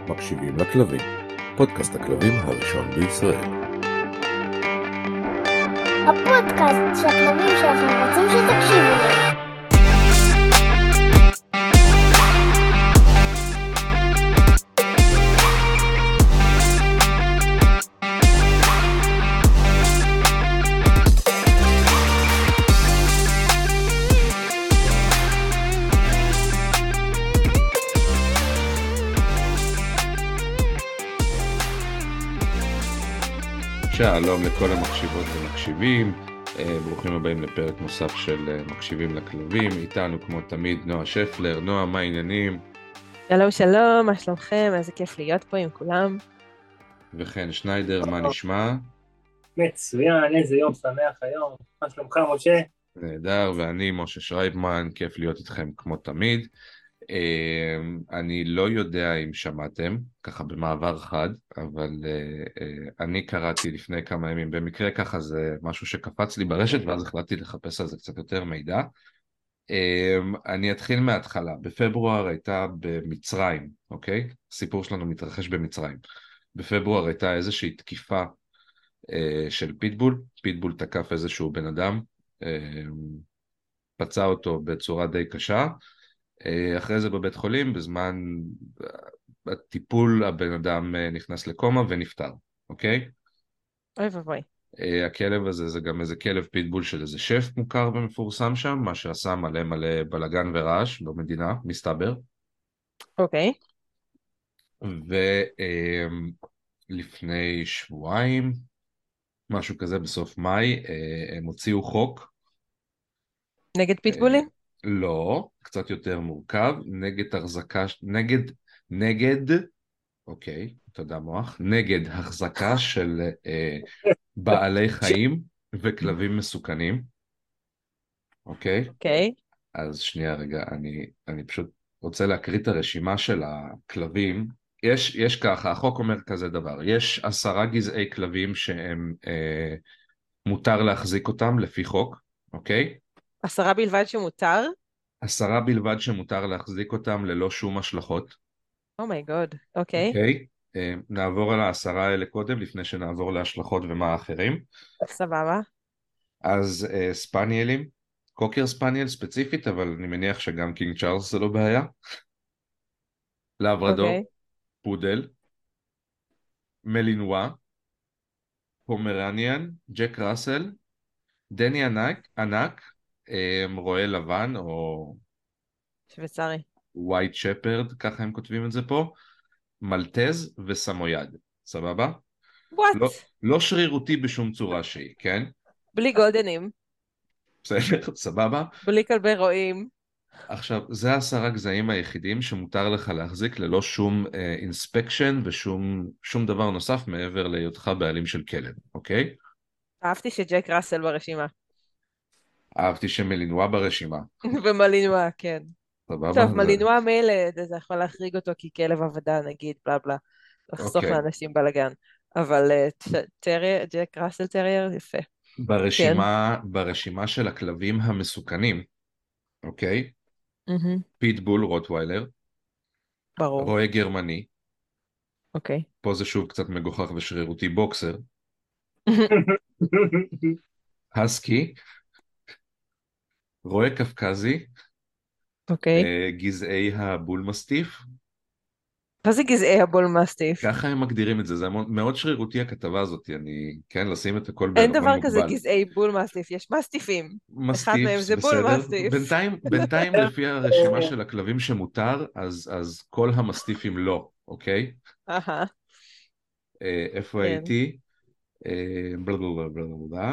מקשיבים לכלבים, פודקאסט הכלבים הראשון בישראל. הפודקאסט שהכלבים שלכם רוצים שתקשיבו להם. שלום לכל המקשיבות ומקשיבים, ברוכים הבאים לפרק נוסף של מקשיבים לכלבים. איתנו כמו תמיד נועה שפלר. נועה, מה העניינים? שלום שלום, מה שלומכם? איזה כיף להיות פה עם כולם. וכן שניידר, מה נשמע? מצוין, איזה יום שמח היום. מה שלומך משה? נהדר, ואני משה שרייבמן, כיף להיות איתכם כמו תמיד. אני לא יודע אם שמעתם, ככה במעבר חד, אבל אני קראתי לפני כמה ימים, במקרה ככה זה משהו שקפץ לי ברשת, ואז החלטתי לחפש על זה קצת יותר מידע. אני אתחיל מההתחלה. בפברואר הייתה במצרים, אוקיי? הסיפור שלנו מתרחש במצרים. בפברואר הייתה איזושהי תקיפה של פיטבול, פיטבול תקף איזשהו בן אדם, פצע אותו בצורה די קשה, אחרי זה בבית חולים, בזמן הטיפול הבן אדם נכנס לקומה ונפטר, אוקיי? אוי ובוי. הכלב הזה זה גם איזה כלב פיטבול של איזה שף מוכר ומפורסם שם, מה שעשה מלא מלא בלגן ורעש במדינה, מסתבר. אוקיי. ולפני שבועיים, משהו כזה בסוף מאי, הם הוציאו חוק. נגד פיטבולים? לא, קצת יותר מורכב, נגד החזקה, אוקיי, תודה מוח, נגד החזקה של בעלי חיים וכלבים מסוכנים, אוקיי? אוקיי. אז שנייה רגע, אני פשוט רוצה להקריא את הרשימה של הכלבים. יש ככה, החוק אומר כזה דבר, יש 10 גזעי כלבים שהם מותר להחזיק אותם לפי חוק, אוקיי? 10 בלבד שמותר? 10 בלבד שמותר להחזיק אותם ללא שום השלכות. אומייגוד, אוקיי. אוקיי, נעבור על 10 האלה קודם, לפני שנעבור להשלכות ומה האחרים. סבבה. אז ספניאלים, קוקר ספניאל ספציפית, אבל אני מניח שגם קינג צ'ארלס זה לא בעיה. לברדור, אוקיי. פודל, מלינואה, פומרניאן, ג'ק ראסל, דני ענק, רועה לבן או שוויצרי. ווייט שפרד, ככה הם כותבים את זה פה, מלטז וסמויד, סבבה? וואט? לא שרירותי בשום צורה שהיא, כן? בלי גולדנים. בסדר, סבבה? בלי כלבי רועים. עכשיו, זה 10 גזעים היחידים שמותר לך להחזיק ללא שום אינספקשן ושום דבר נוסף מעבר להיותך בעלים של כלב, אוקיי? אהבתי שג'ק ראסל ברשימה. אהבתי שמלינואה ברשימה. ומלינואה, כן. סבבה? טוב, מלינואה מילד, אז יכול להחריג אותו כי כלב עבודה, נגיד, בלה בלה. לחסוך אוקיי. לאנשים בלגן. אבל טרייר, ג'ק ראסל טרייר, יפה. ברשימה של הכלבים המסוכנים, אוקיי? פיטבול, רוטוויילר, ברור. רועה גרמני, אוקיי. פה זה שוב קצת מגוחך ושרירותי, בוקסר, הסקי, רועה קפקזי, אוקיי. גזעי הבול מסטיף, מה זה גזעי הבול מסטיף? ככה הם מגדירים את זה, זה מאוד שרירותי הכתבה הזאת, כן, לשים את הכל אין בערבון דבר מוגבל. כזה גזעי בול מסטיף, יש מסטיפים. אחד מסטיף, מהם זה בול בסדר. מסטיף. בינתיים לפי הרשימה של הכלבים שמותר, אז כל המסטיפים לא, אוקיי? אהה. איפה כן. הייתי? בלה.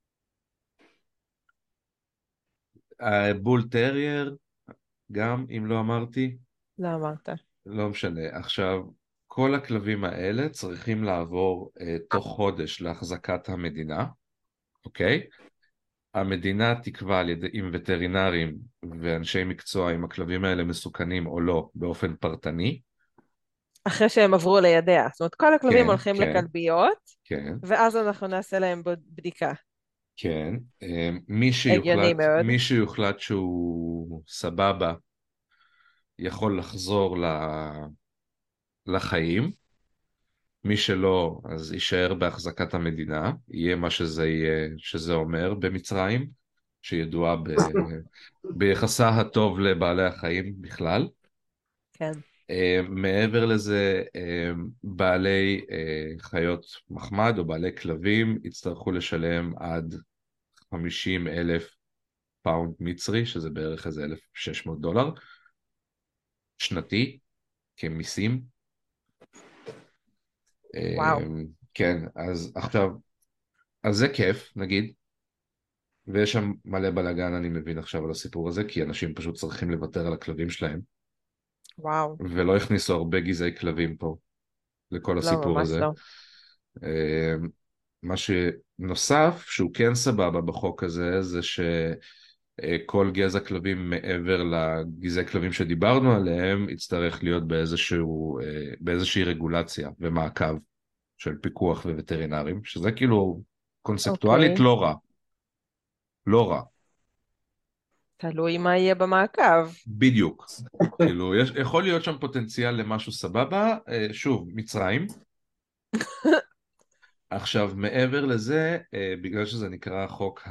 בול טרייר, גם אם לא אמרתי, לא אמרת. לא משנה. עכשיו, כל הכלבים האלה צריכים לעבור תוך חודש להחזקת המדינה, אוקיי? המדינה תקבע עם וטרינרים ואנשי מקצוע אם הכלבים האלה מסוכנים או לא באופן פרטני. אחרי שהם עברו לידיה. זאת אומרת, כל הכלבים כן, הולכים כן. לכלביות, כן, ואז אנחנו נעשה להם בדיקה. כן. הגיוני מאוד. מי שיוחלט שהוא סבבה, יכול לחזור לחיים, מי שלא, אז יישאר בהחזקת המדינה, יהיה מה שזה יהיה, שזה אומר במצרים, שידועה ביחסה הטוב לבעלי החיים בכלל. כן. מעבר לזה, בעלי חיות מחמד או בעלי כלבים יצטרכו לשלם עד 50,000 פאונד מצרי, שזה בערך איזה $1,600 שנתי, כמיסים. וואו. כן, אז עכשיו, אז זה כיף, נגיד, ויש שם מלא בלאגן, אני מבין עכשיו על הסיפור הזה, כי אנשים פשוט צריכים לוותר על הכלבים שלהם, וואו. ולא הכניסו הרבה גזעי כלבים פה לכל לא, הסיפור ממש הזה. לא. מה שנוסף, שהוא כן סבבה בחוק הזה, זה שכל גזע כלבים מעבר לגזעי כלבים שדיברנו עליהם, יצטרך להיות באיזושהי רגולציה ומעקב של פיקוח ווטרינרים, שזה כאילו קונספטואלית אוקיי. לא רע. לא רע, תלוי מה יהיה במעקב. בדיוק. כאילו, יכול להיות שם פוטנציאל למשהו סבבה, שוב, מצרים. עכשיו, מעבר לזה, בגלל שזה נקרא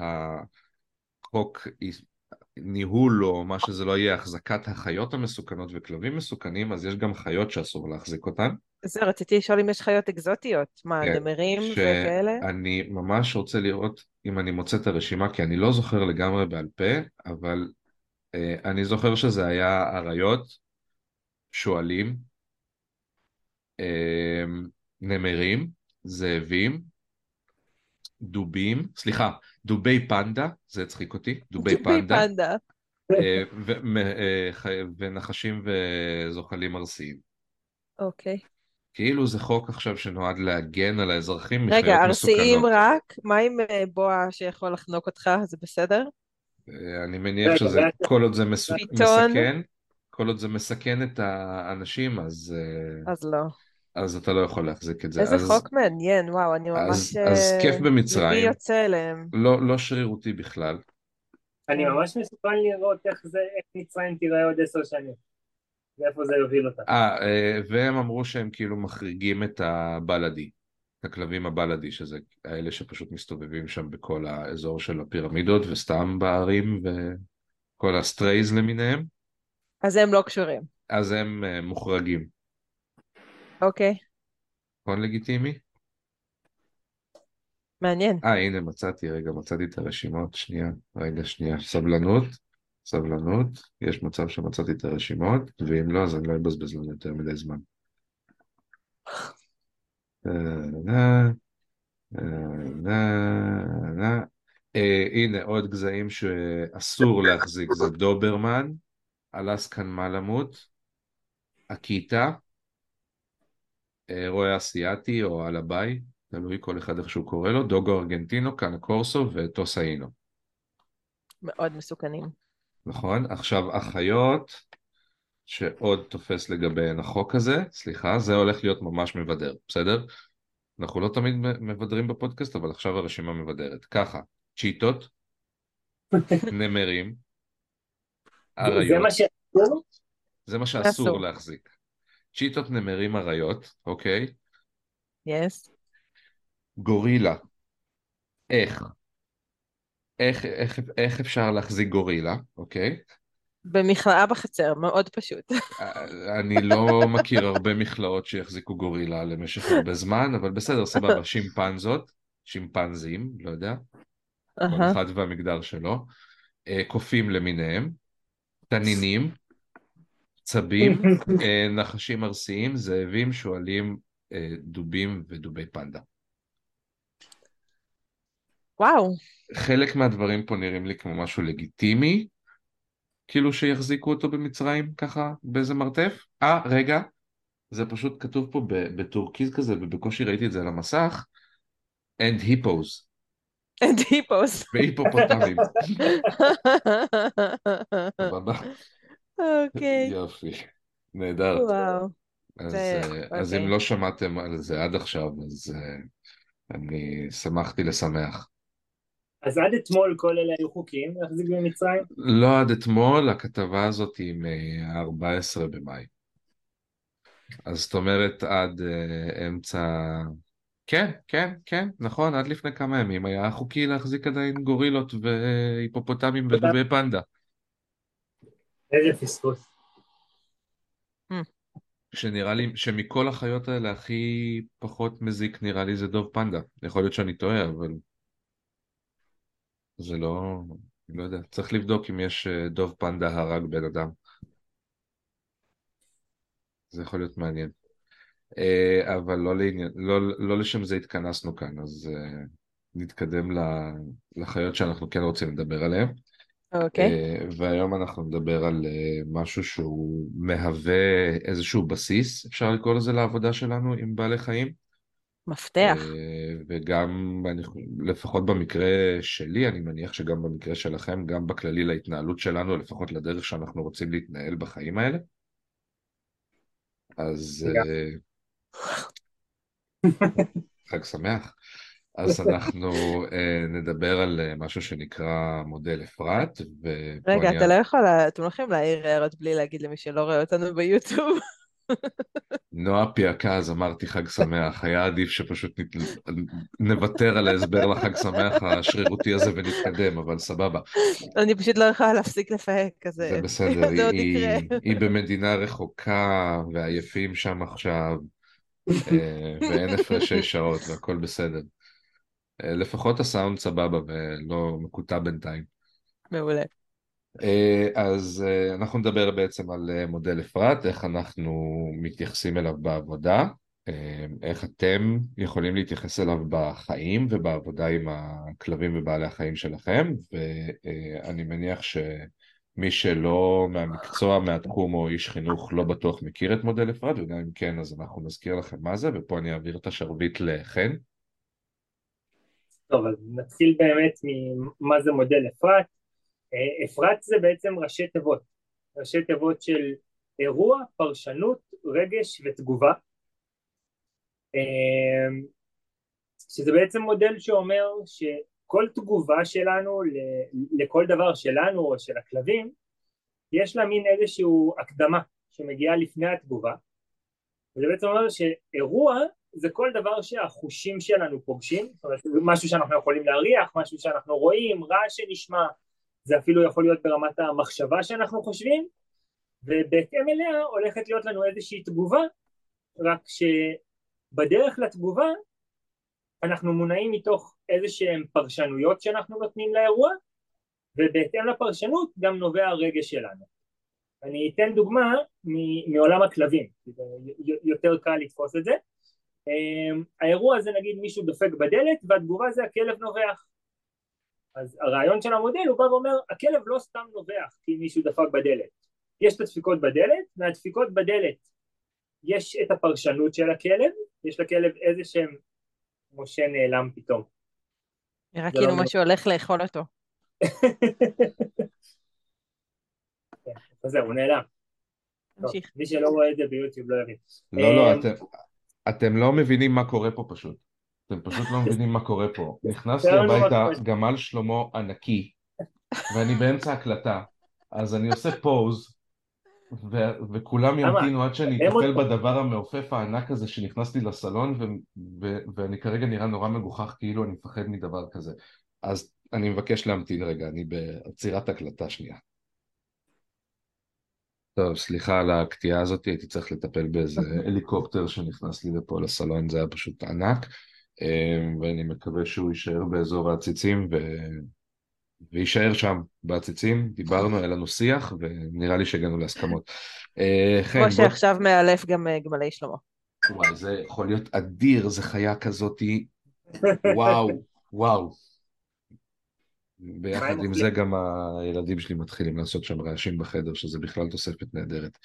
חוק ניהול או מה שזה לא יהיה, החזקת החיות המסוכנות וכלבים מסוכנים, אז יש גם חיות שאסור להחזיק אותן. זה, רציתי לשאול אם יש חיות אקזוטיות. מה, כן, נמרים וכאלה? שאני ממש רוצה לראות אם אני מוצא את הרשימה, כי אני לא זוכר לגמרי בעל פה, אבל אני זוכר שזה היה אריות, שועלים, נמרים, זאבים, דובים, סליחה, דובי פנדה, זה הצחיק אותי, דובי דובי פנדה, פנדה. ונחשים וזוחלים ארסיים. אוקיי. כאילו זה חוק עכשיו שנועד להגן על האזרחים רגע, מחיות ארסיים מסוכנות. רק? מה עם בוע שיכול לחנוק אותך? זה בסדר? אני מניח רגע, שזה, כל עוד זה פיתון? מסכן, כל עוד זה מסכן את האנשים, אז לא. אז אתה לא יכול להחזיק את זה. איזה חוק מעניין, וואו, אני ממש... אז כיף ליבי במצרים, יוצא אליהם. לא שרירותי בכלל. אני כן. ממש מסוכן לראות איך מצרים תיראה עוד 10 שנים, ואיפה זה יוביל אותה. והם אמרו שהם כאילו מחריגים את הבלדי, את הכלבים הבלדי, שזה האלה שפשוט מסתובבים שם בכל האזור של הפירמידות וסתם בערים וכל הסטרייז למיניהם, אז הם לא קשורים. אז הם מוחרגים. אוקיי, נכון לגיטימי? מעניין. הנה מצאתי את הרשימות, שנייה, סבלנות, יש מצב שמצאתי את הרשימות, ואם לא אז אני לא אבזבז לנו יותר מדי זמן. אה, הנה עוד גזעים שאסור להחזיק, זה דוברמן, אלסקן מלמות, אקיטה, רועה אסיאתי או אלביי, תלוי כל אחד איך שהוא קורא לו, דוגו ארגנטינו, קאנה קורסו וטוסאינו. מאוד מסוכנים. נכון? עכשיו החיות שעוד תופס לגביהן החוק הזה, סליחה, זה הולך להיות ממש מבדר, בסדר? אנחנו לא תמיד מבדרים בפודקאסט, אבל עכשיו הרשימה מבדרת. ככה, צ'יטות, נמרים, זה מה אריות, שאסור? זה מה שאסור אסור. להחזיק. צ'יטות, נמרים, אריות, אוקיי? יס. גורילה, איך? איך אפשר להחזיק גורילה, אוקיי? במכלאה בחצר, מאוד פשוט. אני לא מכיר הרבה מכלאות שיחזיקו גורילה למשך הרבה זמן, אבל בסדר, סבבה, שימפנזות, שימפנזים, לא יודע, כל אהה. אחד והמגדר שלו, קופים למיניהם, תנינים, צבים, נחשים ארסיים, זאבים, שועלים, דובים ודובי פנדה. וואו. חלק מהדברים פה נראים לי כמו משהו לגיטימי, כאילו שיחזיקו אותו במצרים ככה באיזה מרתף. רגע, זה פשוט כתוב פה בטורקיז כזה, ובקושי ראיתי את זה על המסך, and hippos, דיפוס. והיפופוטמים. סבבה? אוקיי. יופי, נהדר. וואו. אז אם אוקיי. לא שמעתם על זה עד עכשיו, אז אני שמחתי לשמח. אז עד אתמול כל אלה היו חוקיים להחזיק במצרים? לא עד אתמול, הכתבה הזאת היא מ-14 במאי. אז זאת אומרת עד אמצע... כן, כן, כן, נכון, עד לפני כמה ימים היה חוקי להחזיק עדיין גורילות והיפופוטמים ודובי פנדה. איזה פספוס. Hmm. שנראה לי שמכל החיות האלה הכי פחות מזיק נראה לי זה דוב פנדה. יכול להיות שאני טועה, אבל זה לא... אני לא יודע. צריך לבדוק אם יש דוב פנדה הרג בן אדם. זה יכול להיות מעניין. אבל לא לעניין, לא לשם זה התכנסנו כאן, אז נתקדם לחיות שאנחנו כן רוצים לדבר עליהן. אוקיי. והיום אנחנו נדבר על משהו שהוא מהווה איזשהו בסיס, אפשר לקרוא לזה, לעבודה שלנו עם בעלי חיים. מפתח. וגם, לפחות במקרה שלי, אני מניח שגם במקרה שלכם, גם בכללי להתנהלות שלנו, לפחות לדרך שאנחנו רוצים להתנהל בחיים האלה. אז חג שמח. אז אנחנו נדבר על משהו שנקרא מודל אפרת, ופה רגע, אני... אתם לא יכולים להעיר הערות בלי להגיד למי שלא רואה אותנו ביוטיוב. נועה פייקה, אז אמרתי חג שמח, היה עדיף שפשוט נוותר על ההסבר לחג שמח השרירותי הזה ונתקדם, אבל סבבה, אני פשוט לא יכולה להפסיק לפהק, אז זה בסדר, זה עוד יקרה. היא במדינה רחוקה ועייפים שם עכשיו, ואין הפרשי שעות והכל בסדר. לפחות הסאונד סבבה ולא מקוטע בינתיים. מעולה. אז אנחנו נדבר בעצם על מודל אפרת, איך אנחנו מתייחסים אליו בעבודה, איך אתם יכולים להתייחס אליו בחיים ובעבודה עם הכלבים ובעלי החיים שלכם, ואני מניח שמי שלא מהמקצוע, מהתחום או איש חינוך לא בטוח מכיר את מודל אפרת, וגם אם כן אז אנחנו נזכיר לכם מה זה, ופה אני אעביר את השרביט לחן. טוב, אז נתחיל באמת ממה זה מודל אפרת. אפרת זה בעצם ראשי תיבות של אירוע, פרשנות, רגש ותגובה, שזה בעצם מודל שאומר שכל תגובה שלנו לכל דבר שלנו או של הכלבים, יש לה מין איזושהי הקדמה שמגיעה לפני התגובה, וזה בעצם אומר שאירוע זה כל דבר שהחושים שלנו פוגשים, זאת אומרת, משהו שאנחנו יכולים להריח, משהו שאנחנו רואים, רעש שנשמע, זה אפילו יכול להיות ברמת המחשבה שאנחנו חושבים, ובהתאם אליה הולכת להיות לנו איזושהי תגובה, רק שבדרך לתגובה אנחנו מונעים מתוך איזשהם פרשנויות שאנחנו נותנים לאירוע, ובהתאם לפרשנות גם נובע הרגש שלנו. אני אתן דוגמה מעולם הכלבים, יותר קל לתפוס את זה. האירוע הזה, נגיד מישהו דופק בדלת והתגובה זה הכלב נובח. אז הרעיון של המודל הוא בא ואומר, הכלב לא סתם נובח כי מישהו דפק בדלת. יש את הדפיקות בדלת, והדפיקות בדלת יש את הפרשנות של הכלב, יש לכלב איזה שם משה נעלם פתאום. נראה כאילו משהו הולך לאכול אותו. אז זהו, הוא נעלם. נמשיך. מי שלא רואה את זה ביוטיוב לא יבין. לא, אתם לא מבינים מה קורה פה פשוט. אתם פשוט לא מבינים מה קורה פה. נכנס לי הביתה גמל שלמה ענקי, ואני באמצע הקלטה, אז אני עושה פוז, וכולם ימתינו עד שאני אטפל בדבר המעופף הענק הזה שנכנס לי לסלון, ואני כרגע נראה נורא מגוחך כאילו אני מפחד מדבר כזה. אז אני מבקש להמתין רגע, אני בעצירת הקלטה שנייה. טוב, סליחה על הקטיעה הזאת, הייתי צריך לטפל באיזה הליקופטר שנכנס לי לפה לסלון, זה היה פשוט ענק, ואני מקווה שהוא יישאר באזור העציצים ויישאר שם בעציצים. דיברנו, היה לנו שיח ונראה לי שהגענו להסכמות. כמו שעכשיו מאלף גם גמלי שלמה. וואי, זה יכול להיות אדיר, זה חיה כזאת, וואו, וואו. ביחד עם זה גם הילדים שלי מתחילים לעשות שם רעשים בחדר, שזה בכלל תוספת נהדרת.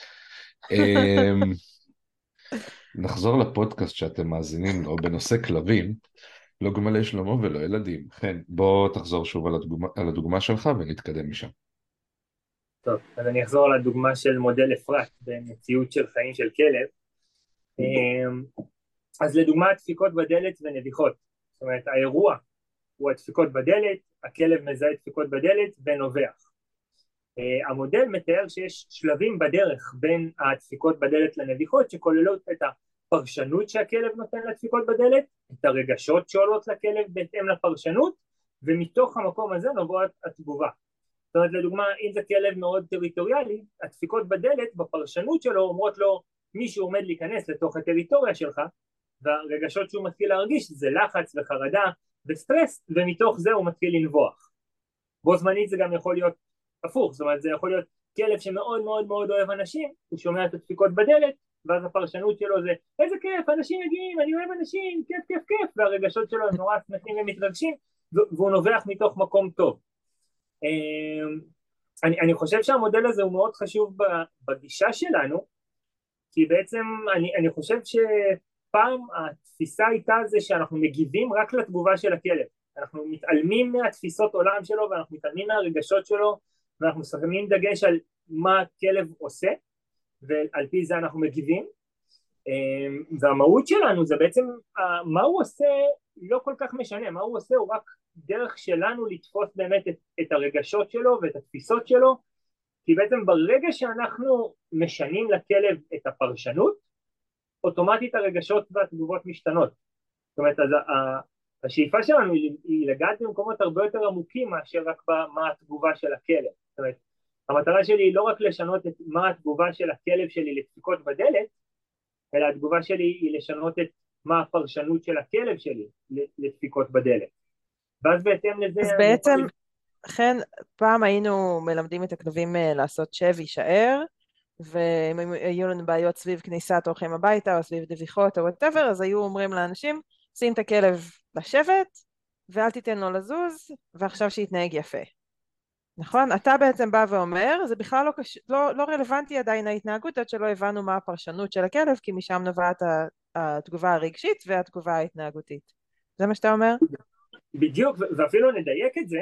נחזור לפודקאסט שאתם מאזינים לו בנושא כלבים, לא גמלי שלמה ולא ילדים. כן, בוא תחזור שוב על הדוגמה שלך ונתקדם משם. טוב, אז אני אחזור על הדוגמה של מודל אפרת במציאות של חיים של כלב. אז לדוגמה דפיקות בדלת ונביחות, זאת אומרת האירוע הוא הדפיקות בדלת, הכלב מזהה דפיקות בדלת ונובח. המודל מתאר שיש שלבים בדרך בין הדפיקות בדלת לנביחות שכוללות את הפרשנות שהכלב נותן לדפיקות בדלת, את הרגשות שעולות לכלב בהתאם לפרשנות, ומתוך המקום הזה נובעת התגובה. זאת אומרת, לדוגמה, אם זה כלב מאוד טריטוריאלי, הדפיקות בדלת בפרשנות שלו אומרות לו מישהו עומד להיכנס לתוך הטריטוריה שלך, והרגשות שהוא מתחיל להרגיש זה לחץ וחרדה וסטרס, ומתוך זה הוא מתחיל לנבוח. בו זמנית זה גם יכול להיות הפוך, זאת אומרת זה יכול להיות כלב שמאוד מאוד מאוד אוהב אנשים, הוא שומע את הדפיקות בדלת, ואז הפרשנות שלו זה איזה כיף, אנשים מגיעים, אני אוהב אנשים, כיף כיף כיף, והרגשות שלו הם נורא שמחים ומתרגשים, והוא נובח מתוך מקום טוב. אני חושב שהמודל הזה הוא מאוד חשוב בגישה שלנו, כי בעצם אני חושב שפעם התפיסה הייתה זה שאנחנו מגיבים רק לתגובה של הכלב, אנחנו מתעלמים מהתפיסות עולם שלו ואנחנו מתעלמים מהרגשות שלו ואנחנו שמים דגש על מה הכלב עושה ועל פי זה אנחנו מגיבים, והמהות שלנו זה בעצם מה הוא עושה לא כל כך משנה, מה הוא עושה הוא רק דרך שלנו לתפוס באמת את הרגשות שלו ואת התפיסות שלו, כי בעצם ברגע שאנחנו משנים לכלב את הפרשנות, אוטומטית הרגשות והתגובות משתנות. זאת אומרת, אז השאיפה שלנו היא לגעת במקומות הרבה יותר עמוקים מאשר רק מה התגובה של הכלב. זאת אומרת, המטרה שלי היא לא רק לשנות את מה התגובה של הכלב שלי לדפיקות בדלת, אלא התגובה שלי היא לשנות את מה הפרשנות של הכלב שלי לדפיקות בדלת. ואז בהתאם לזה... אז בעצם, לכן, פעם היינו מלמדים את הכלבים לעשות שב, יישאר, ואם היו לנו בעיות סביב כניסת אורחים הביתה, או סביב דביחות או whatever, אז היו אומרים לאנשים, שים את הכלב לשבת, ואל תיתן לו לזוז, ועכשיו שיתנהג יפה. נכון? אתה בעצם בא ואומר, זה בכלל לא רלוונטי עדיין ההתנהגות, עד שלא הבנו מה הפרשנות של הכלב, כי משם נובעת התגובה הרגשית והתגובה ההתנהגותית. זה מה שאתה אומר? בדיוק, ואפילו נדייק את זה,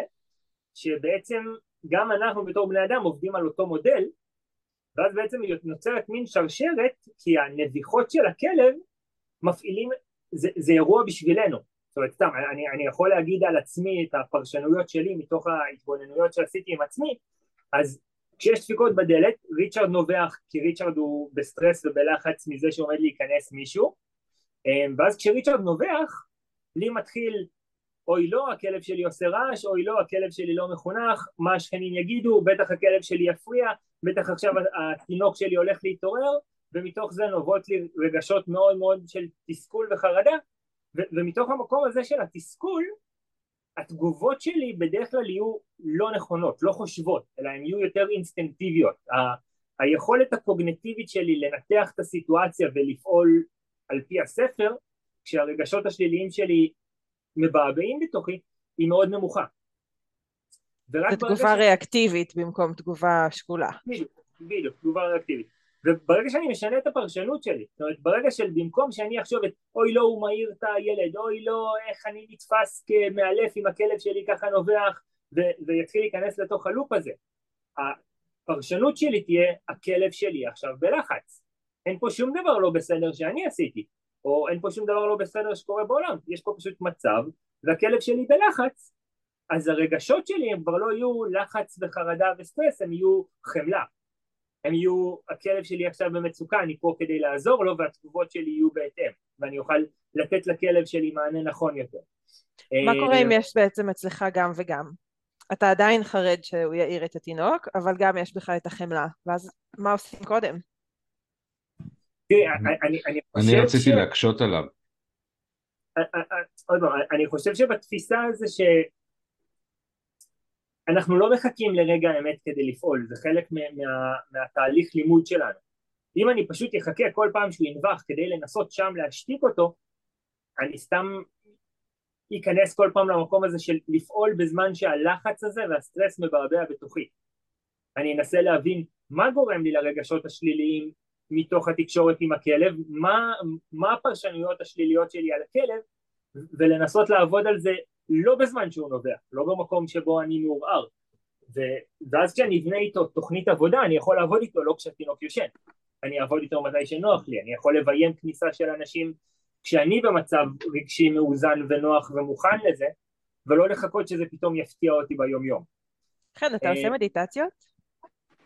שבעצם גם אנחנו בתור בני אדם עובדים על אותו מודל, ואז בעצם נוצרת מין שרשרת, כי הנביחות של הכלב מפעילים, זה אירוע בשבילנו. זאת אומרת, סתם, אני יכול להגיד על עצמי את הפרשנויות שלי מתוך ההתבוננויות שעשיתי עם עצמי, אז כשיש דפיקות בדלת, ריצ'רד נובח, כי ריצ'רד הוא בסטרס ובלחץ מזה שעומד להיכנס מישהו, ואז כשריצ'רד נובח, לי מתחיל, אוי לא, הכלב שלי עושה רעש, אוי לא, הכלב שלי לא מחונך, מה השכנים יגידו, בטח הכלב שלי יפריע, בטח עכשיו התינוק שלי הולך להתעורר, ומתוך זה נובעות לי רגשות מאוד מאוד של תסכול וחרדה, ומתוך המקום הזה של התסכול, התגובות שלי בדרך כלל יהיו לא נכונות, לא חושבות, אלא הן יהיו יותר אינסטינקטיביות. היכולת הקוגניטיבית שלי לנתח את הסיטואציה ולפעול על פי הספר, כשהרגשות השליליים שלי מבעבעים בתוכי, היא מאוד נמוכה. זה תגובה ריאקטיבית במקום תגובה שקולה. בדיוק, תגובה ריאקטיבית. וברגע שאני משנה את הפרשנות שלי, זאת אומרת, ברגע של במקום שאני אחשוב את אוי לא הוא מעיר את הילד, אוי לא איך אני נתפס כמאלף עם הכלב שלי ככה נובח, ויתחיל להיכנס לתוך הלופ הזה, הפרשנות שלי תהיה הכלב שלי עכשיו בלחץ, אין פה שום דבר לא בסדר שאני עשיתי, או אין פה שום דבר לא בסדר שקורה בעולם, יש פה פשוט מצב והכלב שלי בלחץ, אז הרגשות שלי הם כבר לא יהיו לחץ וחרדה וסטרס, הם יהיו חמלה, הם יהיו, הכלב שלי עכשיו במצוקה, אני פה כדי לעזור לו, והתגובות שלי יהיו בהתאם, ואני אוכל לתת לכלב שלי מענה נכון יותר. מה קורה אם יש בעצם אצלך גם וגם? אתה עדיין חרד שהוא יעיר את התינוק, אבל גם יש בך את החמלה, ואז מה עושים קודם? אני רציתי להקשות עליו. אני חושב שבתפיסה הזה אנחנו לא מחכים לרגע האמת כדי לפעול, זה חלק מהתהליך לימוד שלנו. אם אני פשוט יחכה כל פעם שהוא ינבח כדי לנסות שם להשתיק אותו, אני סתם ייכנס כל פעם למקום הזה של לפעול בזמן שהלחץ הזה והסטרס מבעבע בתוכי. אני אנסה להבין מה גורם לי לרגשות השליליים מתוך התקשורת עם הכלב, מה הפרשנויות השליליות שלי על הכלב, ולנסות לעבוד על זה לא בזמן שהוא נובע, לא במקום שבו אני מעורער, ואז כשאני אבנה איתו תוכנית עבודה, אני יכול לעבוד איתו לא כשהתינוק יושן, אני אעבוד איתו מתי שנוח לי, אני יכול לביים כניסה של אנשים כשאני במצב רגשי מאוזן ונוח ומוכן לזה, ולא לחכות שזה פתאום יפתיע אותי ביום יום. כן, אתה עושה מדיטציות?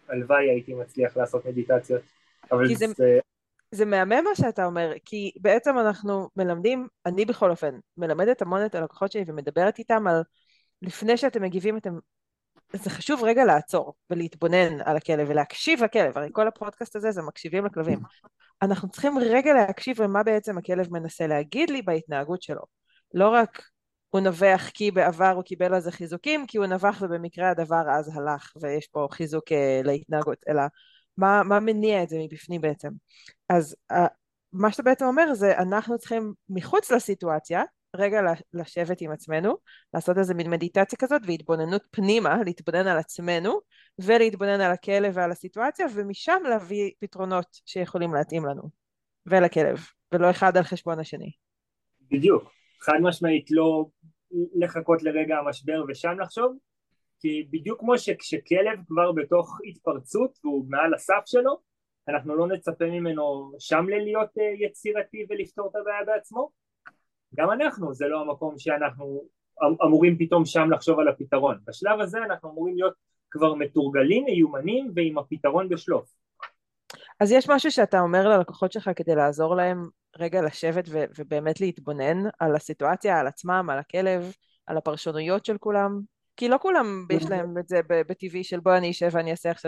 הלוואי הייתי מצליח לעשות מדיטציות, אבל כי זה מהמם מה שאתה אומר, כי בעצם אנחנו מלמדים, אני בכל אופן מלמדת המון את הלקוחות שלי ומדברת איתם על לפני שאתם מגיבים, זה חשוב רגע לעצור ולהתבונן על הכלב ולהקשיב לכלב, הרי כל הפודקאסט הזה זה מקשיבים לכלבים. אנחנו צריכים רגע להקשיב למה בעצם הכלב מנסה להגיד לי בהתנהגות שלו. לא רק הוא נובח כי בעבר הוא קיבל על זה חיזוקים, כי הוא נבח ובמקרה הדבר אז הלך ויש פה חיזוק להתנהגות, אלא מה מניע את זה מבפנים בעצם. אז מה שאתה בעצם אומר זה אנחנו צריכים מחוץ לסיטואציה, רגע לשבת עם עצמנו, לעשות איזה מין מדיטציה כזאת והתבוננות פנימה, להתבונן על עצמנו ולהתבונן על הכלב ועל הסיטואציה, ומשם להביא פתרונות שיכולים להתאים לנו ולכלב, ולא אחד על חשבון השני. בדיוק, חד משמעית לא לחכות לרגע המשבר ושם לחשוב, כי בדיוק כמו שכשכלב כבר בתוך התפרצות והוא מעל הסף שלו, אנחנו לא נצפה ממנו שם להיות יצירתי ולפתור את הבעיה בעצמו. גם אנחנו, זה לא המקום שאנחנו אמורים פתאום שם לחשוב על הפתרון. בשלב הזה אנחנו אמורים להיות כבר מתורגלים, מיומנים ועם הפתרון בשלוף. אז יש משהו שאתה אומר ללקוחות שלך כדי לעזור להם רגע לשבת ובאמת להתבונן על הסיטואציה, על עצמם, על הכלב, על הפרשנויות של כולם? כי לא כולם יש להם את זה בטבעי של בוא אני אשב ואני אעשה עכשיו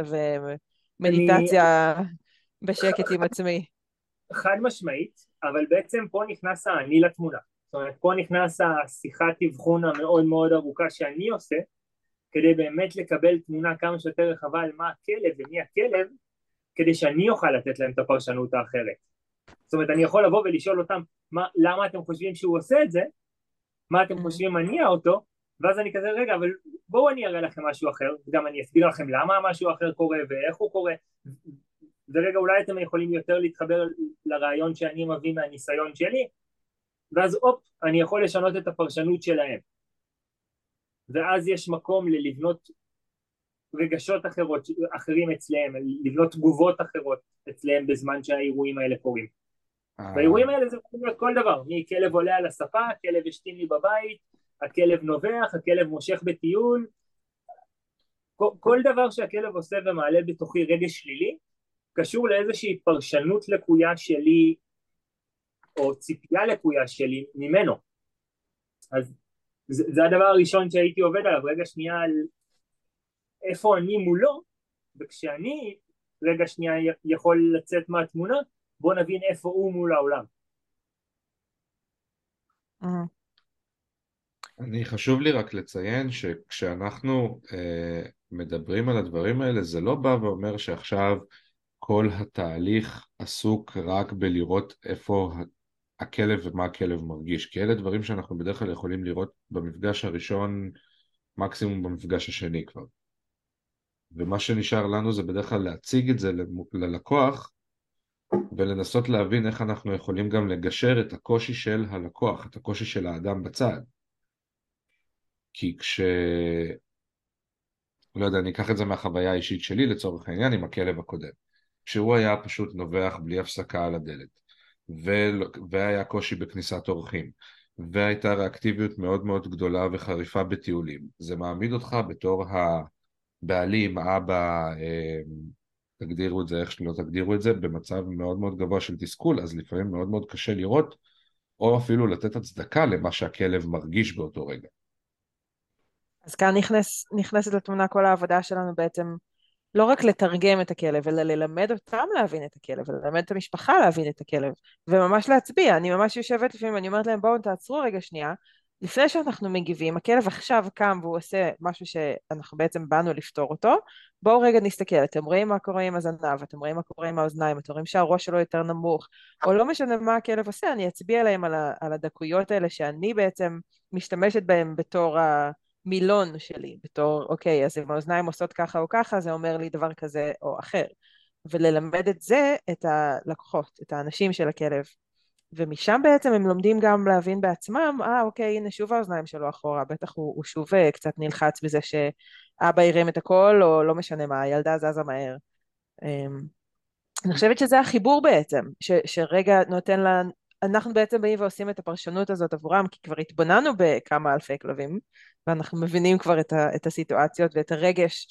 מדיטציה בשקט עם עצמי. חד משמעית, אבל בעצם פה נכנס אני לתמונה. זאת אומרת, פה נכנס השיחת אבחון המאוד מאוד ארוכה שאני עושה, כדי באמת לקבל תמונה כמה שיותר רחבה על מה הכלב ומי הכלב, כדי שאני אוכל לתת להם את הפרשנות האחרת. זאת אומרת, אני יכול לבוא ולשאול אותם, למה אתם חושבים שהוא עושה את זה? מה אתם חושבים מניע אותו? ואז אני כזה, רגע, אבל בואו אני אראה לכם משהו אחר, וגם אני אסביר לכם למה משהו אחר קורה ואיך הוא קורה, ורגע אולי אתם יכולים יותר להתחבר לרעיון שאני מביא מהניסיון שלי, ואז אני יכול לשנות את הפרשנות שלהם. ואז יש מקום לבנות רגשות אחרים אצלהם, לבנות תגובות אחרות אצלהם בזמן שהאירועים האלה קורים. והאירועים האלה זה יכול להיות כל דבר, מכלב עולה על הספה, הכלב השתין לי בבית, הכלב נובח, הכלב מושך בטיול, כל דבר שהכלב עושה ומעלה בתוכי רגש שלילי, קשור לאיזושהי פרשנות לקויה שלי, או ציפייה לקויה שלי ממנו. אז זה הדבר הראשון שהייתי עובד עליו, רגע שנייה על איפה אני מולו, וכשאני רגע שנייה יכול לצאת מהתמונה, בוא נבין איפה הוא מול העולם. חשוב לי רק לציין שכשאנחנו מדברים על הדברים האלה, זה לא בא ואומר שעכשיו כל התהליך עסוק רק בלראות איפה הכלב ומה הכלב מרגיש, כי אלה דברים שאנחנו בדרך כלל יכולים לראות במפגש הראשון, מקסימום במפגש השני כבר. ומה שנשאר לנו זה בדרך כלל להציג את זה ללקוח, ולנסות להבין איך אנחנו יכולים גם לגשר את הקושי של הלקוח, את הקושי של האדם בצד. כי לא יודע, אני אקח את זה מהחוויה האישית שלי לצורך העניין עם הכלב הקודם. כשהוא היה פשוט נובח בלי הפסקה על הדלת, והיה קושי בכניסת אורחים, והייתה ריאקטיביות מאוד מאוד גדולה וחריפה בטיולים. זה מעמיד אותך בתור הבעלים, אבא, תגדירו את זה איך שלא תגדירו את זה, במצב מאוד מאוד גבוה של תסכול, אז לפעמים מאוד מאוד קשה לראות, או אפילו לתת הצדקה למה שהכלב מרגיש באותו רגע. אז כאן נכנסת לתמונה כל העבודה שלנו בעצם, לא רק לתרגם את הכלב, אלא ללמד אותם להבין את הכלב, וללמד את המשפחה להבין את הכלב, וממש להצביע. אני ממש יושבת לפעמים, אני אומרת להם, בואו תעצרו רגע שנייה, לפני שאנחנו מגיבים, הכלב עכשיו קם והוא עושה משהו שאנחנו בעצם באנו לפתור אותו, בואו רגע נסתכל, אתם רואים מה קורה עם הזנב, אתם רואים מה קורה עם האוזניים, אתם רואים שהראש שלו יותר נמוך, או לא משנה מה הכלב עושה, אני אצביע להם על הדקויות האלה שאני בעצם משתמשת בהם בתור מילון שלי, בתור, אוקיי, אז אם האוזניים עושות ככה או ככה, זה אומר לי דבר כזה או אחר. וללמד את זה, את הלקוחות, את האנשים של הכלב. ומשם בעצם הם לומדים גם להבין בעצמם, אוקיי, הנה שוב האוזניים שלו אחורה, בטח הוא שוב קצת נלחץ בזה שאבא ירים את הכל, או לא משנה מה, הילדה זזה מהר. אני חושבת שזה החיבור בעצם, שרגע נותן לה, אנחנו בעצם באים ועושים את הפרשנות הזאת עבורם, כי כבר התבוננו בכמה אלפי כלבים, ואנחנו מבינים כבר את הסיטואציות ואת הרגש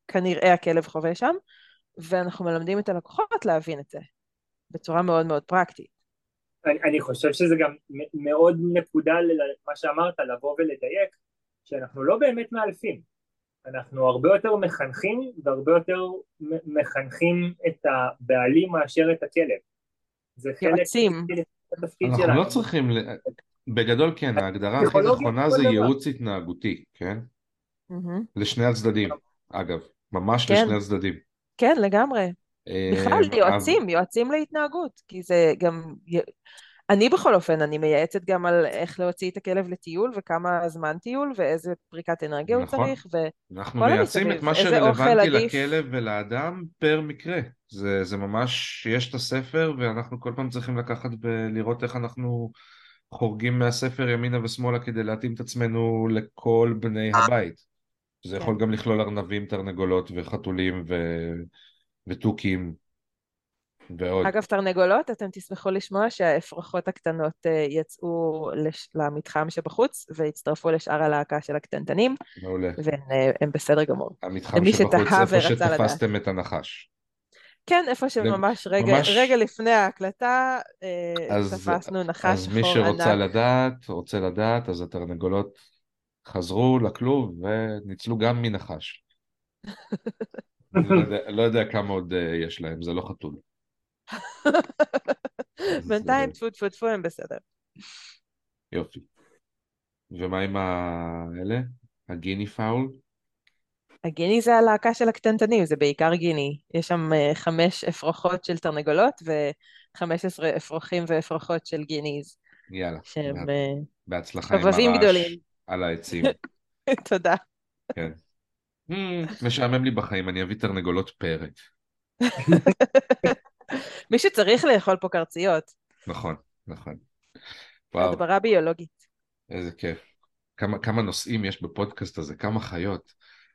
כנראה הכלב חווה שם, ואנחנו מלמדים את הלקוחות להבין את זה, בצורה מאוד מאוד פרקטית. אני חושב שזה גם מאוד נקודה למה שאמרת, לבוא ולדייק, שאנחנו לא באמת מאלפים, אנחנו הרבה יותר מחנכים, והרבה יותר מחנכים את הבעלים מאשר את הכלב. זה חלק יועצים. מהתפקיד אנחנו שלנו. לא צריכים, בגדול כן, ההגדרה הכי נכונה זה ייעוץ התנהגותי, כן? מהמם. לשני הצדדים, אגב, ממש כן. לשני הצדדים. כן, לגמרי. בכלל, יועצים להתנהגות, כי זה גם, אני בכל אופן, אני מייעצת גם על איך להוציא את הכלב לטיול, וכמה זמן טיול, ואיזה פריקת אנרגיה הוא נכון. צריך, אנחנו וכל מייעצים את המסביב, מה איזה אוכל שרלוונטי עדיף. לכלב ולאדם פר מקרה. זה ממש, יש את הספר ואנחנו כל פעם צריכים לקחת ולראות איך אנחנו חורגים מהספר ימינה ושמאלה כדי להתאים את עצמנו לכל בני הבית. זה כן. יכול גם לכלול ארנבים, תרנגולות וחתולים ותוכים ועוד. אגב, תרנגולות, אתם תשמחו לשמוע שהאפרוחות הקטנות יצאו למתחם שבחוץ, והצטרפו לשאר הלהקה של הקטנטנים, מעולה. והם בסדר גמור. המתחם למי שבחוץ, שתהה איפה ורצה לדעת. שתפסתם את הנחש. כן, איפה שממש ממש- רגע לפני ההקלטה, אז תפסנו נחש אז מי שחור שרוצה ענק. רוצה לדעת, אז התרנגולות חזרו לכלוב וניצלו גם מנחש. לא יודע כמה עוד יש להם, זה לא חתול. אז, בינתיים טפו טפו טפו הם בסדר. יופי. ומה עם האלה? הגיני פאול? הגיני זה הלהקה של הקטנטנים, זה בעיקר גיני. יש שם 5 אפרוחות של תרנגולות ו-15 אפרוחים ואפרוחות של גיניז. יאללה. שהם בהצלחה עם חובבים הרעש גדולים. על העצים. תודה. כן. משעמם לי בחיים, אני אביא תרנגולות פרא. מי שצריך לאכול פה קרציות. נכון, נכון. וואו, הדברה ביולוגית. איזה כיף. כמה נושאים יש בפודקאסט הזה, כמה חיות.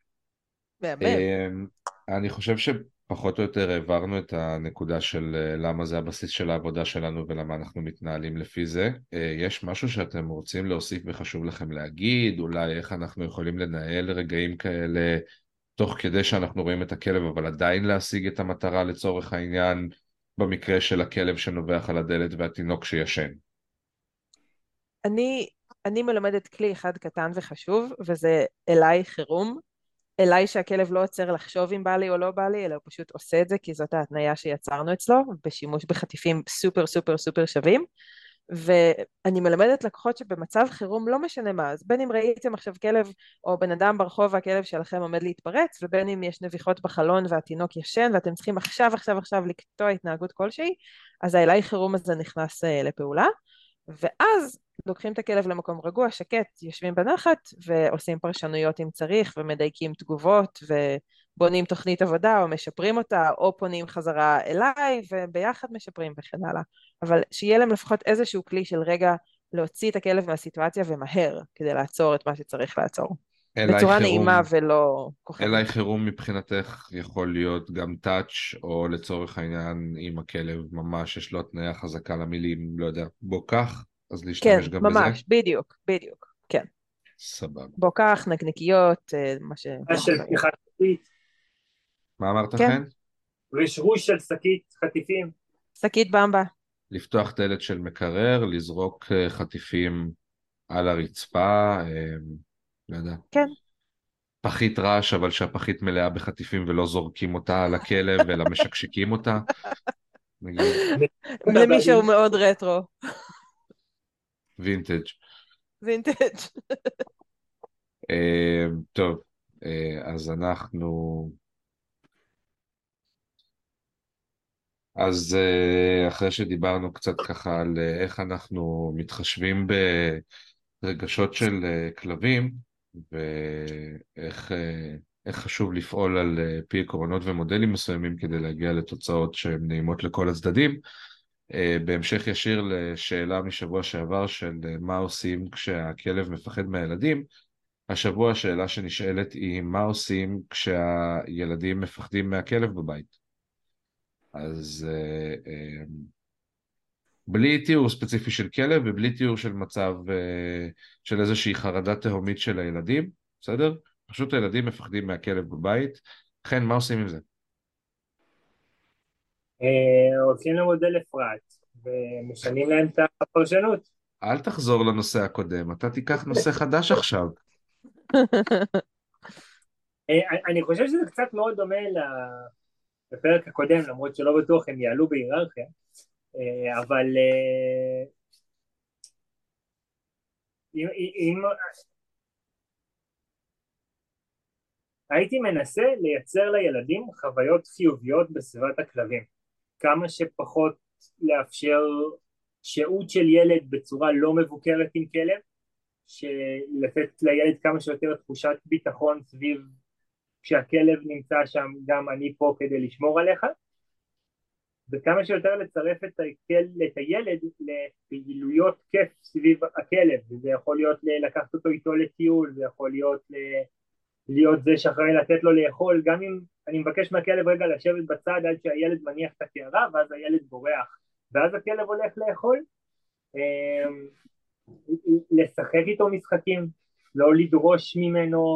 מהמם. אני חושב שפחות או יותר העברנו את הנקודה של למה זה הבסיס של העבודה שלנו ולמה אנחנו מתנהלים לפי זה. יש משהו שאתם רוצים להוסיף וחשוב לכם להגיד? אולי איך אנחנו יכולים לנהל רגעים כאלה תוך כדי שאנחנו רואים את הכלב אבל עדיין להשיג את המטרה לצורך העניין במקרה של הכלב שנובח על הדלת והתינוק שישן? אני מלמדת כלי אחד קטן וחשוב, וזה אליי חירום. אליי שהכלב לא עוצר לחשוב אם בא לי או לא בא לי, אלא הוא פשוט עושה את זה, כי זאת ההתניה שיצרנו אצלו, בשימוש בחטיפים סופר סופר סופר שווים. ואני מלמדת לקוחות שבמצב חירום לא משנה מה, אז בין אם ראיתם עכשיו כלב או בן אדם ברחוב והכלב שלכם עומד להתפרץ, ובין אם יש נביחות בחלון והתינוק ישן ואתם צריכים עכשיו לקטוע התנהגות כלשהי, אז האליי חירום הזה נכנס לפעולה, ואז לוקחים את הכלב למקום רגוע, שקט, יושבים בנחת ועושים פרשנויות אם צריך ומדייקים תגובות ובונים תוכנית עבודה או משפרים אותה או פונים חזרה אליי וביחד משפרים וכן הלאה. אבל שיהיה להם לפחות איזשהו כלי של רגע להוציא את הכלב מהסיטואציה ומהר כדי לעצור את מה שצריך לעצור. בצורה נעימה ולא כוחנית. אליי חירום מבחינתך יכול להיות גם טאץ' או לצורך העניין אם הכלב ממש יש לו התניה חזקה למילים, לא יודע, בוא כך, אז להשתמש גם בזה? כן, ממש, בדיוק, כן. סבבה. בוא כך, נקניקיות, מה ש... של פתיחת שקית, מה אמרת כן. חן? רשרוש של שקית, חטיפים. שקית במבה. לפתוח דלת של מקרר, לזרוק חטיפים על הרצפה, לא יודע. כן. פחית רעש, אבל שהפחית מלאה בחטיפים ולא זורקים אותה על הכלב, אלא משקשקים אותה. נגיד, למי שהוא מאוד רטרו. וינטג'. וינטג'. טוב, אז אז אחרי שדיברנו קצת ככה על איך אנחנו מתחשבים ברגשות של כלבים, ואיך חשוב לפעול על פי עקרונות ומודלים מסוימים כדי להגיע לתוצאות שהן נעימות לכל הצדדים, בהמשך ישיר לשאלה משבוע שעבר של מה עושים כשהכלב מפחד מהילדים, השבוע השאלה שנשאלת היא מה עושים כשהילדים מפחדים מהכלב בבית. אז בלי תיאור ספציפי של כלב ובלי תיאור של מצב של איזושהי חרדה תהומית של הילדים, בסדר? פשוט הילדים מפחדים מהכלב בבית, חן, מה עושים עם זה? הולכים למודל אפרת ומשנים להם את הפרשנות. אל תחזור לנושא הקודם, אתה תיקח נושא חדש עכשיו. אני חושב שזה קצת מאוד דומה לפרק הקודם, למרות שלא בטוח הם יעלו בהיררכיה, אבל אם הייתי מנסה לייצר לילדים חוויות חיוביות בסביבת הכלבים, כמה שפחות לאפשר שהות של ילד בצורה לא מבוקרת עם כלב, לתת לילד כמה שיותר תחושת ביטחון סביב כשהכלב נמצא שם, גם אני פה כדי לשמור עליך, וכמה שיותר לצרף את הילד לפעילויות כיף סביב הכלב, וזה יכול להיות לקחת אותו איתו לטיול, זה יכול להיות זה שאחראי לתת לו לאכול, גם אם אני מבקש מהכלב רגע לשבת בצד עד שהילד מניח את הקערה, ואז הילד בורח, ואז הכלב הולך לאכול, לשחק איתו משחקים, לא לדרוש ממנו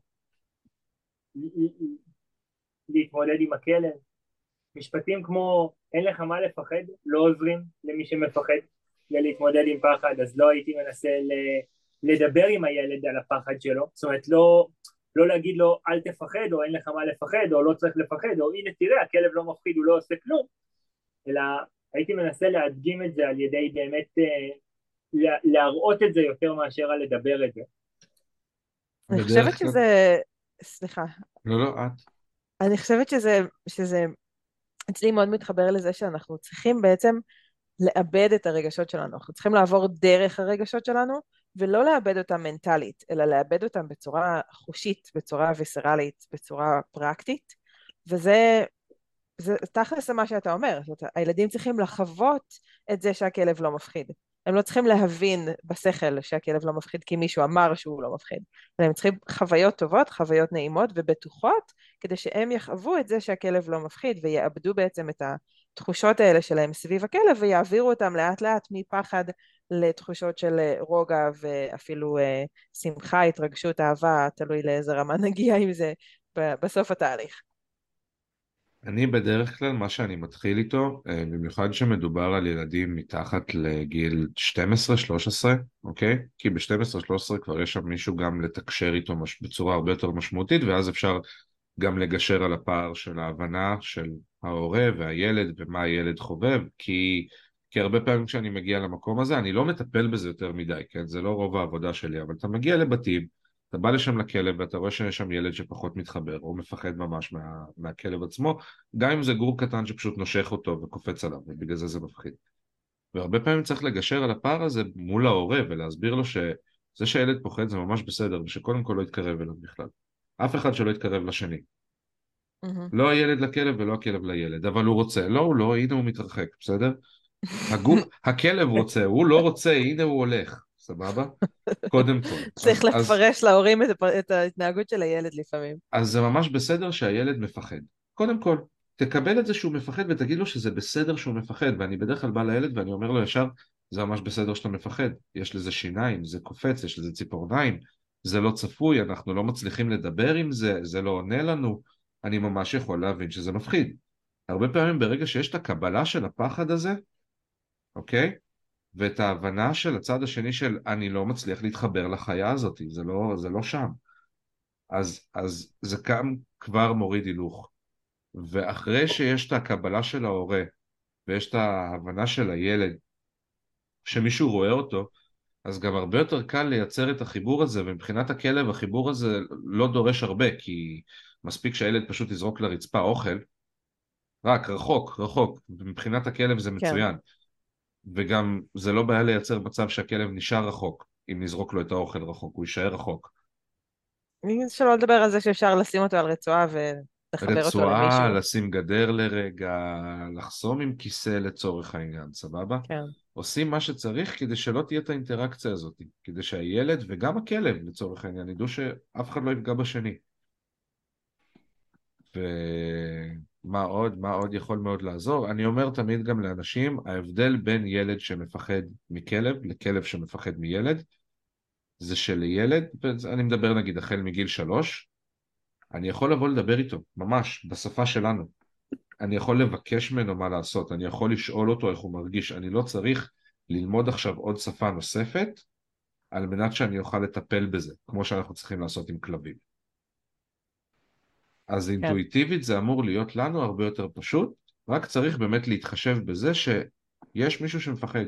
להתמודד עם הכלב. משפטים כמו אין לך מה לפחד לא עוזרים למי שמפחד להתמודד עם פחד, אז לא הייתי מנסה לדבר עם הילד על הפחד שלו, זאת אומרת לא להגיד לו אל תפחד או אין לך מה לפחד או לא צריך לפחד או הנה תראה הכלב לא מפחיד הוא לא עושה כלום, אלא הייתי מנסה להדגים את זה על ידי באמת להראות את זה יותר מאשר על לדבר את זה. אני חושבת שזה, סליחה. לא, את. אני חושבת שזה אצלי מאוד מתחבר לזה שאנחנו צריכים בעצם לאבד את הרגשות שלנו, אנחנו צריכים לעבור דרך הרגשות שלנו, ולא לאבד אותם מנטלית, אלא לאבד אותם בצורה חושית, בצורה ויסרלית, בצורה פרקטית, וזה תכלס מה שאתה אומר, זאת אומרת, הילדים צריכים לחוות את זה שהכלב לא מפחיד, הם לא צריכים להבין בשכל שהכלב לא מפחיד כי מישהו אמר שהוא לא מפחיד, אבל הם צריכים חוויות טובות, חוויות נעימות ובטוחות, כדי שהם יחוו את זה שהכלב לא מפחיד, ויאבדו בעצם את התחושות האלה שלהם סביב הכלב, ויעבירו אותם לאט לאט מפחד לתחושות של רוגע, ואפילו שמחה, התרגשות, אהבה, תלוי לאיזה רמה נגיע עם זה בסוף התהליך. אני בדרך כלל, מה שאני מתחיל איתו, במיוחד שמדובר על ילדים מתחת לגיל 12-13, אוקיי? כי ב-12-13 כבר יש שם מישהו גם לתקשר איתו בצורה הרבה יותר משמעותית, ואז אפשר גם לגשר על הפער של ההבנה של ההורה והילד ומה הילד חובב, כי הרבה פעמים כשאני מגיע למקום הזה, אני לא מטפל בזה יותר מדי, כן? זה לא רוב העבודה שלי, אבל אתה מגיע לבתים, אתה בא לשם לכלב ואתה רואה שיש שם ילד שפחות מתחבר או מפחד ממש מהכלב עצמו, גם אם זה גור קטן שפשוט נושך אותו וקופץ עליו, ובגלל זה זה מפחיד. והרבה פעמים צריך לגשר על הפער הזה מול ההורה ולהסביר לו שזה שהילד פוחד זה ממש בסדר, ושקודם כל לא יתקרב אליו בכלל. אף אחד שלא יתקרב לשני. לא הילד לכלב ולא הכלב לילד, אבל הוא רוצה. לא, הוא לא, הנה הוא מתרחק, בסדר? הכלב רוצה, הוא לא רוצה, הנה הוא הולך. סבבה? קודם כל. צריך לפרש להורים את ההתנהגות של הילד לפעמים. אז זה ממש בסדר שהילד מפחד. קודם כל, תקבל את זה שהוא מפחד ותגיד לו שזה בסדר שהוא מפחד, ואני בדרך כלל בא לילד ואני אומר לו ישר, זה ממש בסדר שאתה מפחד, יש לזה שיניים, זה קופץ, יש לזה ציפורניים, זה לא צפוי, אנחנו לא מצליחים לדבר עם זה, זה לא עונה לנו, אני ממש יכול להבין שזה מפחיד. הרבה פעמים ברגע שיש את הקבלה של הפחד הזה, אוקיי? ואת ההבנה של הצד השני של אני לא מצליח להתחבר לחיה הזאת, זה לא שם. אז זה גם כבר מוריד הילוך. ואחרי שיש את הקבלה של ההורה, ויש את ההבנה של הילד, שמישהו רואה אותו, אז גם הרבה יותר קל לייצר את החיבור הזה, ומבחינת הכלב החיבור הזה לא דורש הרבה, כי מספיק שהילד פשוט יזרוק לרצפה אוכל, רק רחוק, ומבחינת הכלב זה מצוין. כן. וגם זה לא בעיה לייצר מצב שהכלב נשאר רחוק, אם נזרוק לו את האוכל רחוק, הוא יישאר רחוק. שלא לדבר על זה שאפשר לשים אותו על רצועה ולחבר אותו למישהו. רצועה, לשים גדר לרגע, לחסום עם כיסא לצורך העניין, סבבה? כן. עושים מה שצריך כדי שלא תהיה את האינטראקציה הזאת, כדי שהילד וגם הכלב לצורך העניין ידעו שאף אחד לא יפגע בשני. ומה עוד יכול מאוד לעזור? אני אומר תמיד גם לאנשים, ההבדל בין ילד שמפחד מכלב לכלב שמפחד מילד, זה שלילד, אני מדבר נגיד החל מגיל 3, אני יכול לבוא לדבר איתו, ממש, בשפה שלנו. אני יכול לבקש ממנו מה לעשות, אני יכול לשאול אותו איך הוא מרגיש, אני לא צריך ללמוד עכשיו עוד שפה נוספת, על מנת שאני אוכל לטפל בזה, כמו שאנחנו צריכים לעשות עם כלבים. אז כן. אינטואיטיבית זה אמור להיות לנו הרבה יותר פשוט, רק צריך באמת להתחשב בזה שיש מישהו שמפחד.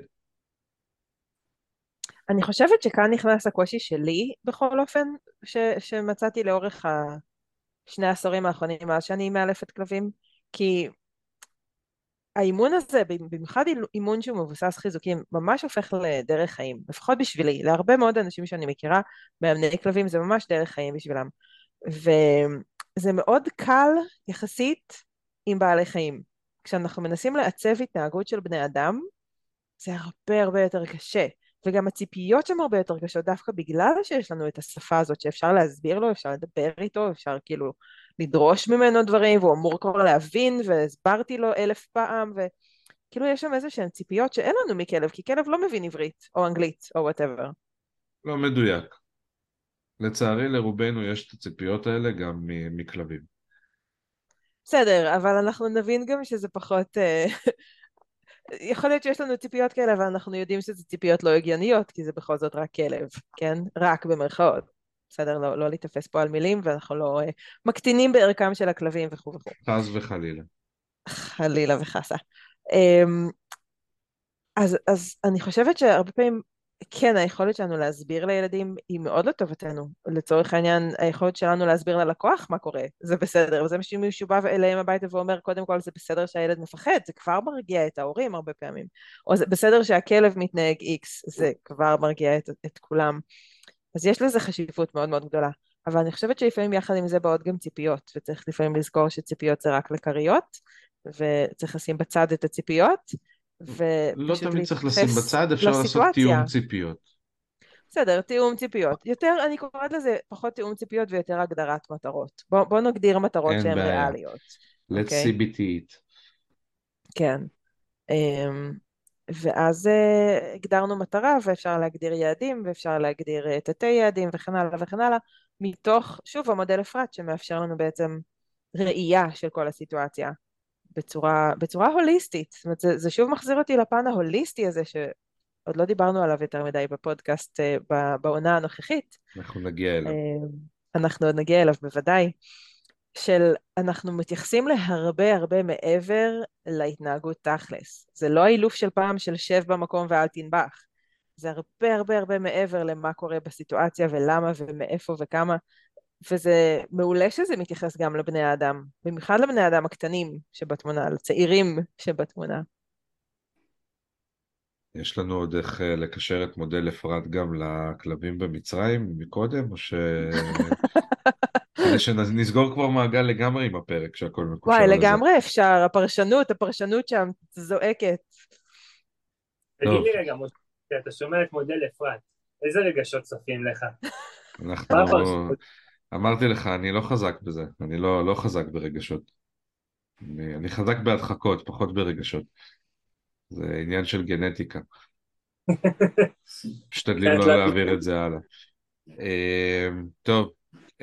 אני חושבת שכאן נכנס הקושי שלי, בכל אופן, שמצאתי לאורך שני העשורים האחרונים, מאז שאני מאלפת כלבים, כי האימון הזה, במיוחד אימון שהוא מבוסס חיזוקים, ממש הופך לדרך חיים, לפחות בשבילי, להרבה מאוד אנשים שאני מכירה, מאמני כלבים, זה ממש דרך חיים בשבילם. וזה מאוד קל יחסית עם בעלי חיים. כשאנחנו מנסים לעצב התנהגות של בני אדם, זה הרבה הרבה יותר קשה. וגם הציפיות שם הרבה יותר קשות, דווקא בגלל שיש לנו את השפה הזאת, שאפשר להסביר לו, אפשר לדבר איתו, אפשר כאילו לדרוש ממנו דברים, והוא אמור כבר להבין, והסברתי לו 1000 פעם, וכאילו יש שם איזה שהן ציפיות שאין לנו מכלב, כי כלב לא מבין עברית, או אנגלית, או whatever. לא מדויק. לצערי לרובנו יש את הציפיות האלה גם מכלבים. בסדר, אבל אנחנו נבין גם שזה פחות... יכול להיות שיש לנו ציפיות כאלה, אבל אנחנו יודעים שזה ציפיות לא הגיוניות, כי זה בכל זאת רק כלב, כן? רק במרכאות. בסדר, לא להתאפס פה על מילים, ואנחנו לא מקטינים בערכם של הכלבים וכו' וכו'. חס וחלילה. חלילה וחסה. אמ, אז אני חושבת שהרבה פעמים, כן, היכולת שלנו להסביר לילדים היא מאוד לטובתנו. לצורך העניין, היכולת שלנו להסביר ללקוח מה קורה, זה בסדר. וזה מישהו בא אליהם הביתה ואומר, קודם כל זה בסדר שהילד מפחד, זה כבר מרגיע את ההורים הרבה פעמים. או זה בסדר שהכלב מתנהג X, זה כבר מרגיע את כולם. אז יש לזה חשיבות מאוד מאוד גדולה. אבל אני חושבת שלפעמים יחד עם זה באות גם ציפיות, וצריך לפעמים לזכור שציפיות זה רק לכריות, וצריך לשים בצד את הציפיות, לא ופשוט תמיד צריך לשים להתייחס בצד, אפשר לעשות לסיטואציה. תיאום ציפיות. בסדר, תיאום ציפיות. יותר, אני קוראת לזה פחות תיאום ציפיות ויותר הגדרת מטרות. בוא נגדיר מטרות אין שהן בעיה. ריאליות. Let's אוקיי? CBT it. כן. ואז הגדרנו מטרה, ואפשר להגדיר יעדים, ואפשר להגדיר תתי יעדים, וכן הלאה וכן הלאה, מתוך, שוב, המודל אפרת, שמאפשר לנו בעצם ראייה של כל הסיטואציה, בצורה הוליסטית. זאת אומרת, זה שוב מחזיר אותי לפן ההוליסטי הזה, שעוד לא דיברנו עליו יותר מדי בפודקאסט בעונה הנוכחית. אנחנו נגיע אליו. אנחנו עוד נגיע אליו בוודאי. של אנחנו מתייחסים להרבה הרבה מעבר להתנהגות תכלס. זה לא האילוף של פעם של שב במקום ואל תנבח. זה הרבה הרבה הרבה מעבר למה קורה בסיטואציה ולמה ומאיפה וכמה. וזה מעולה שזה מתייחס גם לבני האדם, במיוחד לבני האדם הקטנים שבתמונה, לצעירים שבתמונה. יש לנו עוד איך לקשר את מודל אפרת גם לכלבים במצרים מקודם, או כדי שנסגור כבר מעגל לגמרי עם הפרק שהכל מקושר וואי, לזה. לגמרי אפשר, הפרשנות שם זועקת. תגיד לי רגע, משה, אתה שומע את מודל אפרת, איזה רגשות צופים לך? אנחנו... מה הפרשנות? אמרתי לך, אני לא חזק בזה, אני לא חזק ברגשות. אני חזק בהדחקות, פחות ברגשות. זה עניין של גנטיקה. משתדלים לא להעביר את זה הלאה. טוב,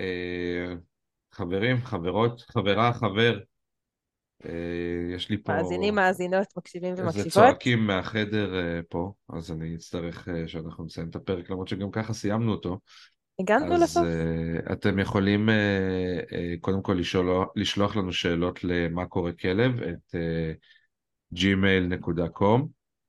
חברים, חברות, חברה, חבר, יש לי פה מאזינים, מאזינות, מקשיבים איזה ומקשיבות. צועקים מהחדר פה, אז אני אצטרך שאנחנו נסיים את הפרק, למרות שגם ככה סיימנו אותו. הגענו אז לסוף. אתם יכולים קודם כל לשלוח לנו שאלות למה קורה כלב, את gmail.com.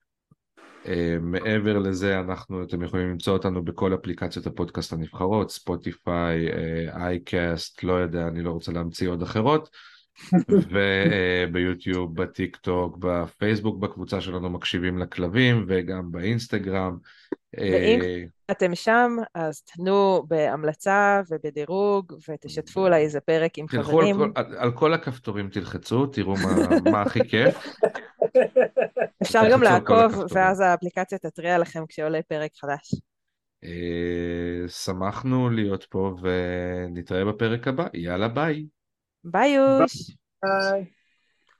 מעבר לזה, אתם יכולים למצוא אותנו בכל אפליקציות הפודקאסט הנבחרות, ספוטיפיי, אייקאסט, לא יודע, אני לא רוצה להמציא עוד אחרות, וביוטיוב, בטיק טוק, בפייסבוק, בקבוצה שלנו מקשיבים לכלבים, וגם באינסטגרם. ואם אתם שם, אז תנו בהמלצה ובדירוג, ותשתפו אולי איזה פרק עם חברים. על כל הכפתורים תלחצו, תראו מה הכי כיף. אפשר גם לעקוב, ואז האפליקציה תתריע לכם כשעולה פרק חדש. שמחנו להיות פה, ונתראה בפרק הבא. יאללה, ביי. ביי יוש. ביי.